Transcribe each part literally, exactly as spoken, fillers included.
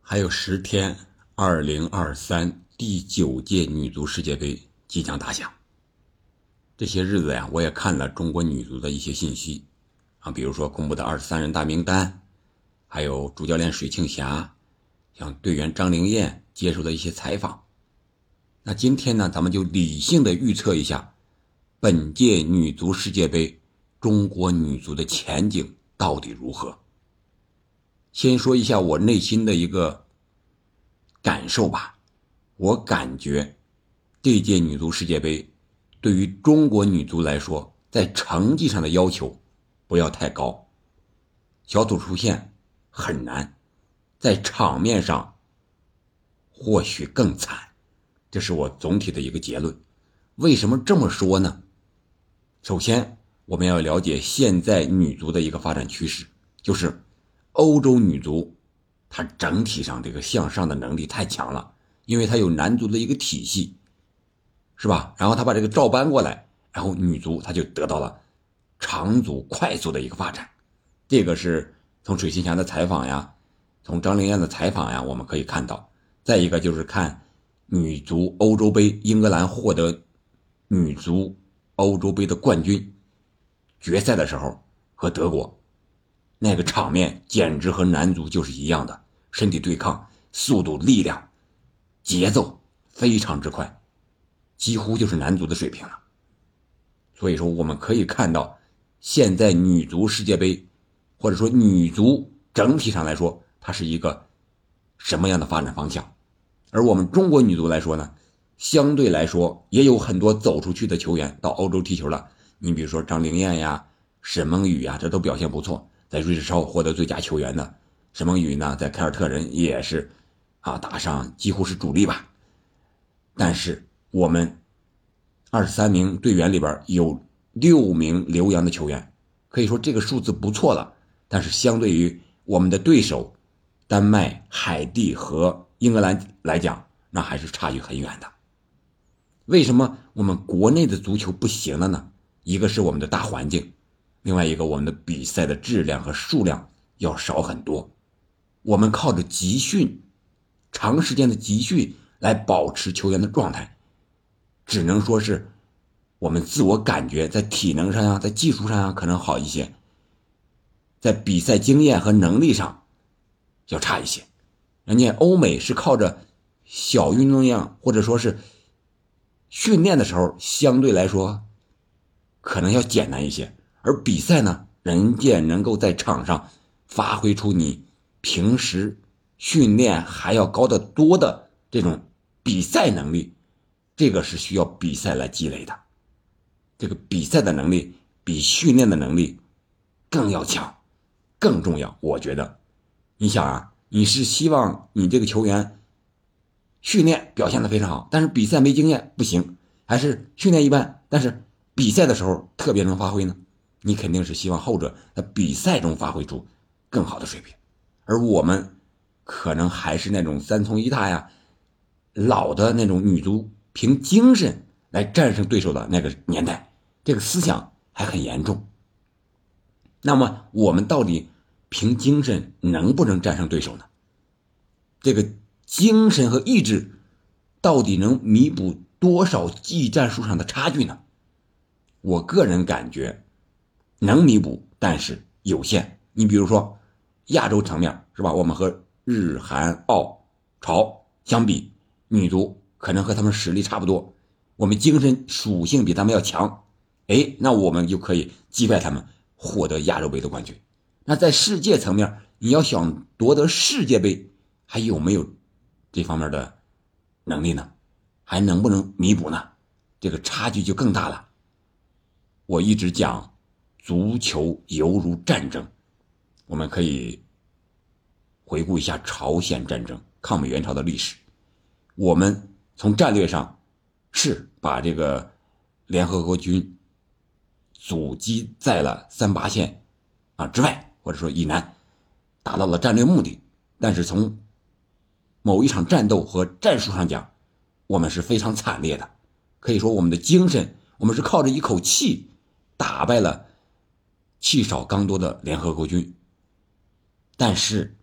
还有十天，二零二三第九届女足世界杯即将打响。这些日子呀，我也看了中国女足的一些信息啊，比如说公布的二十三人大名单，还有主教练水庆霞向队员张灵艳接受的一些采访。那今天呢，咱们就理性的预测一下本届女足世界杯中国女足的前景到底如何。先说一下我内心的一个感受吧，我感觉这届女足世界杯对于中国女足来说，在成绩上的要求不要太高，小组出线很难，在场面上或许更惨，这是我总体的一个结论。为什么这么说呢？首先我们要了解现在女足的一个发展趋势，就是欧洲女足它整体上这个向上的能力太强了，因为它有男足的一个体系，是吧？然后它把这个照搬过来，然后女足它就得到了长足快速的一个发展。这个是从水庆霞的采访呀，从张灵艳的采访呀，我们可以看到。再一个就是看女足欧洲杯，英格兰获得女足欧洲杯的冠军，决赛的时候和德国那个场面简直和男足就是一样的，身体对抗、速度、力量、节奏非常之快，几乎就是男足的水平了。所以说我们可以看到现在女足世界杯，或者说女足整体上来说，它是一个什么样的发展方向。而我们中国女足来说呢，相对来说也有很多走出去的球员到欧洲踢球了，你比如说张灵艳呀、沈梦雨呀，这都表现不错，在瑞士超获得最佳球员的沈梦雨呢，在凯尔特人也是啊打上几乎是主力吧。但是我们二十三名队员里边有六名留洋的球员，可以说这个数字不错了，但是相对于我们的对手丹麦、海地和英格兰来讲，那还是差距很远的。为什么我们国内的足球不行了呢？一个是我们的大环境，另外一个我们的比赛的质量和数量要少很多。我们靠着集训，长时间的集训来保持球员的状态，只能说是我们自我感觉在体能上呀，在技术上呀可能好一些，在比赛经验和能力上要差一些。人家欧美是靠着小运动量或者说是训练的时候相对来说可能要简单一些，而比赛呢，人家能够在场上发挥出你平时训练还要高得多的这种比赛能力，这个是需要比赛来积累的。这个比赛的能力比训练的能力更要强，更重要。我觉得你想啊，你是希望你这个球员训练表现得非常好，但是比赛没经验不行，还是训练一般但是比赛的时候特别能发挥呢？你肯定是希望后者在比赛中发挥出更好的水平。而我们可能还是那种三从一大呀，老的那种女足凭精神来战胜对手的那个年代，这个思想还很严重。那么我们到底凭精神能不能战胜对手呢？这个精神和意志到底能弥补多少技战术上的差距呢？我个人感觉能弥补，但是有限。你比如说亚洲层面是吧，我们和日韩澳朝相比，女足可能和他们实力差不多，我们精神属性比他们要强，诶，那我们就可以击败他们，获得亚洲杯的冠军。那在世界层面，你要想夺得世界杯，还有没有这方面的能力呢？还能不能弥补呢？这个差距就更大了。我一直讲足球犹如战争，我们可以回顾一下朝鲜战争、抗美援朝的历史。我们从战略上是把这个联合国军阻击在了三八线啊之外，或者说以南，达到了战略目的。但是从某一场战斗和战术上讲，我们是非常惨烈的。可以说我们的精神，我们是靠着一口气打败了气少刚多的联合国军。但是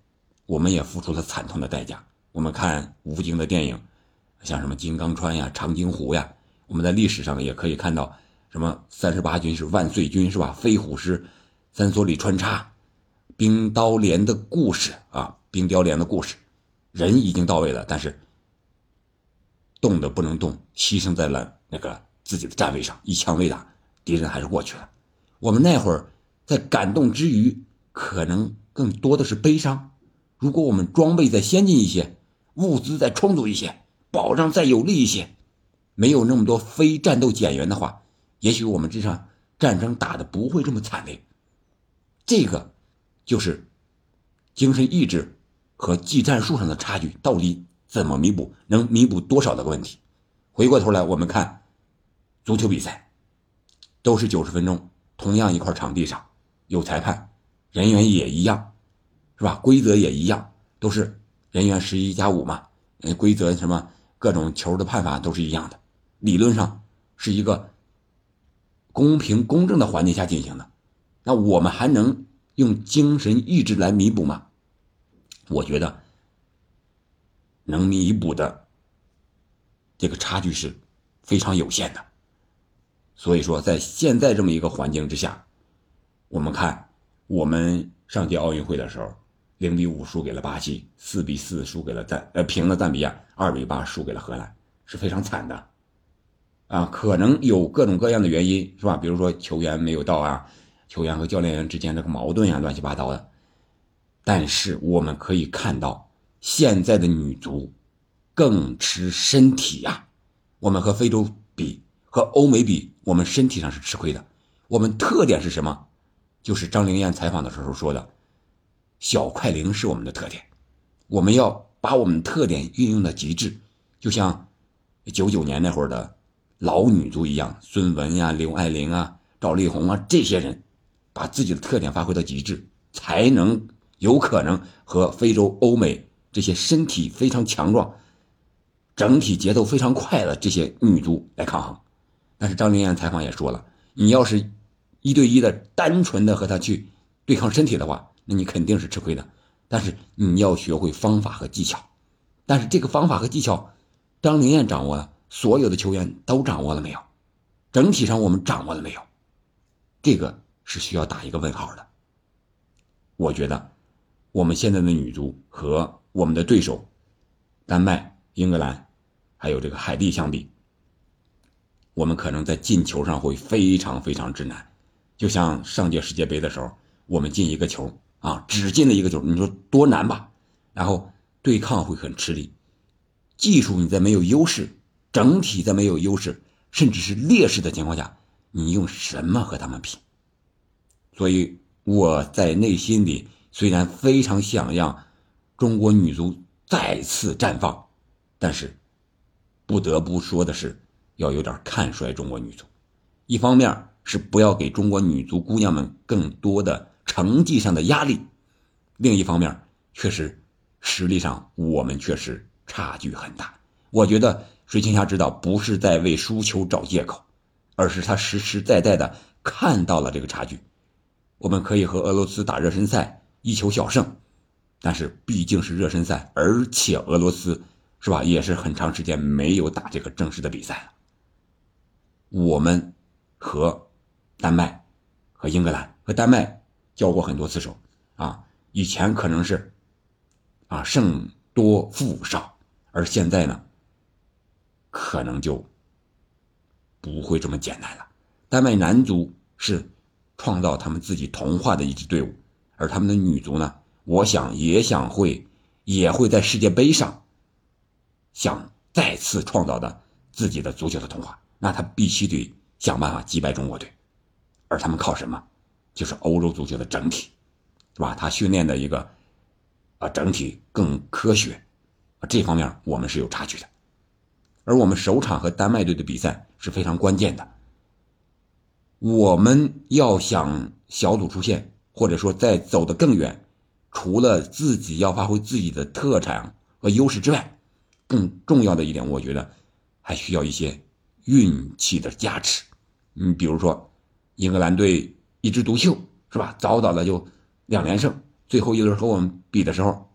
我们也付出了惨痛的代价。我们看吴京的电影，像什么金刚川呀、长津湖呀，我们在历史上也可以看到什么三十八军是万岁军，是吧？飞虎师三蓑里穿插，冰刀连的故事啊，冰雕连的故事，人已经到位了，但是动的不能动，牺牲在了那个自己的站位上，一枪未打，敌人还是过去了。我们那会儿在感动之余，可能更多的是悲伤。如果我们装备再先进一些，物资再充足一些，保障再有利一些，没有那么多非战斗减员的话，也许我们这场战争打得不会这么惨烈。这个就是精神意志和技战术上的差距到底怎么弥补，能弥补多少的问题。回过头来我们看足球比赛，都是九十分钟，同样一块场地上有裁判，人员也一样，是吧？规则也一样，都是人员十一加五嘛，规则什么各种球的判罚都是一样的，理论上是一个公平公正的环境下进行的。那我们还能用精神意志来弥补吗？我觉得能弥补的这个差距是非常有限的。所以说在现在这么一个环境之下，我们看我们上届奥运会的时候，零比五输给了巴西，四比四输给了赞呃平了赞比亚，二比八输给了荷兰，是非常惨的啊。可能有各种各样的原因，是吧？比如说球员没有到啊，球员和教练员之间这个矛盾啊，乱七八糟的。但是我们可以看到现在的女足更吃身体呀、啊。我们和非洲比，和欧美比，我们身体上是吃亏的。我们特点是什么？就是张灵艳采访的时候说的，小快灵是我们的特点，我们要把我们特点运用到极致，就像九九年那会儿的老女足一样，孙雯呀、刘爱玲啊、赵丽蓉啊，这些人把自己的特点发挥到极致，才能有可能和非洲、欧美这些身体非常强壮、整体节奏非常快的这些女足来抗衡。但是张灵艳采访也说了，你要是一对一的单纯的和他去对抗身体的话，那你肯定是吃亏的。但是你要学会方法和技巧，但是这个方法和技巧张灵艳掌握了，所有的球员都掌握了没有？整体上我们掌握了没有？这个是需要打一个问号的。我觉得我们现在的女足和我们的对手丹麦、英格兰还有这个海地相比，我们可能在进球上会非常非常之难。就像上届世界杯的时候，我们进一个球啊，只进了一个球，你说多难吧？然后对抗会很吃力，技术你在没有优势，整体在没有优势，甚至是劣势的情况下，你用什么和他们拼？所以我在内心里虽然非常想让中国女足再次绽放，但是不得不说的是，要有点看衰中国女足。一方面是不要给中国女足姑娘们更多的成绩上的压力，另一方面确实实力上我们确实差距很大。我觉得水庆霞指导不是在为输球找借口，而是他实实在在的看到了这个差距。我们可以和俄罗斯打热身赛一球小胜，但是毕竟是热身赛，而且俄罗斯是吧，也是很长时间没有打这个正式的比赛了。我们和丹麦和英格兰和丹麦交过很多次手啊，以前可能是啊胜多负少，而现在呢可能就不会这么简单了。丹麦男足是创造他们自己童话的一支队伍，而他们的女足呢，我想也想会也会在世界杯上想再次创造的自己的足球的童话，那他必须得想办法击败中国队。而他们靠什么？就是欧洲足球的整体，是吧？他训练的一个啊整体更科学，这方面我们是有差距的。而我们首场和丹麦队的比赛是非常关键的，我们要想小组出线，或者说再走得更远，除了自己要发挥自己的特长和优势之外，更重要的一点，我觉得还需要一些运气的加持。你比如说英格兰队一枝独秀，是吧？早早的就两连胜，最后一轮和我们比的时候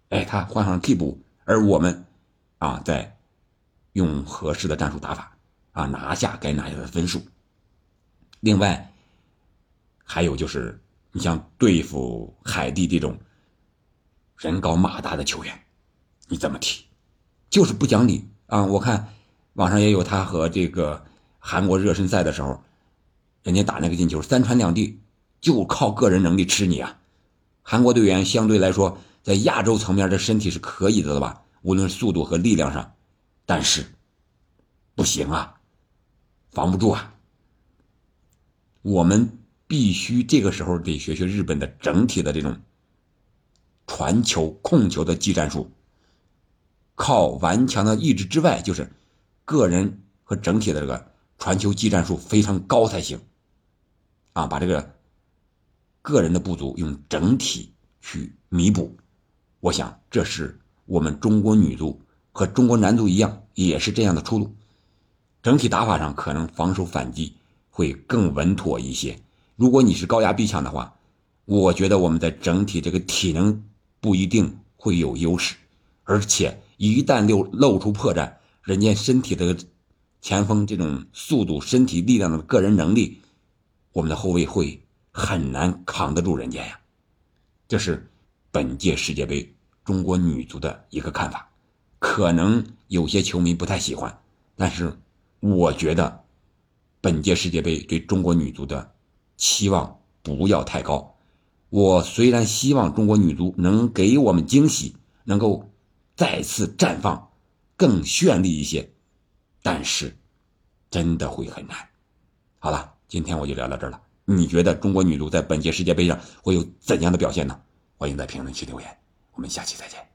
哎，他换上替补，而我们啊，在用合适的战术打法啊，拿下该拿下的分数。另外，还有就是，你像对付海地这种人高马大的球员，你怎么踢？就是不讲理啊！我看网上也有他和这个韩国热身赛的时候，人家打那个进球三传两递，就靠个人能力吃你啊！韩国队员相对来说在亚洲层面的身体是可以的了吧，无论速度和力量上，但是不行啊，防不住啊。我们必须这个时候得学学日本的整体的这种传球控球的技战术，靠顽强的意志之外，就是个人和整体的这个传球技战术非常高才行啊，把这个个人的不足用整体去弥补。我想这是我们中国女足和中国男足一样，也是这样的出路。整体打法上可能防守反击会更稳妥一些。如果你是高压逼抢的话，我觉得我们在整体这个体能不一定会有优势，而且一旦露露出破绽，人家身体的前锋这种速度、身体力量的个人能力，我们的后卫会很难扛得住人家呀。这是本届世界杯中国女足的一个看法，可能有些球迷不太喜欢，但是我觉得本届世界杯对中国女足的期望不要太高。我虽然希望中国女足能给我们惊喜，能够再次绽放，更绚丽一些，但是真的会很难。好了，今天我就聊到这儿了。你觉得中国女足在本届世界杯上会有怎样的表现呢？欢迎在评论区留言，我们下期再见。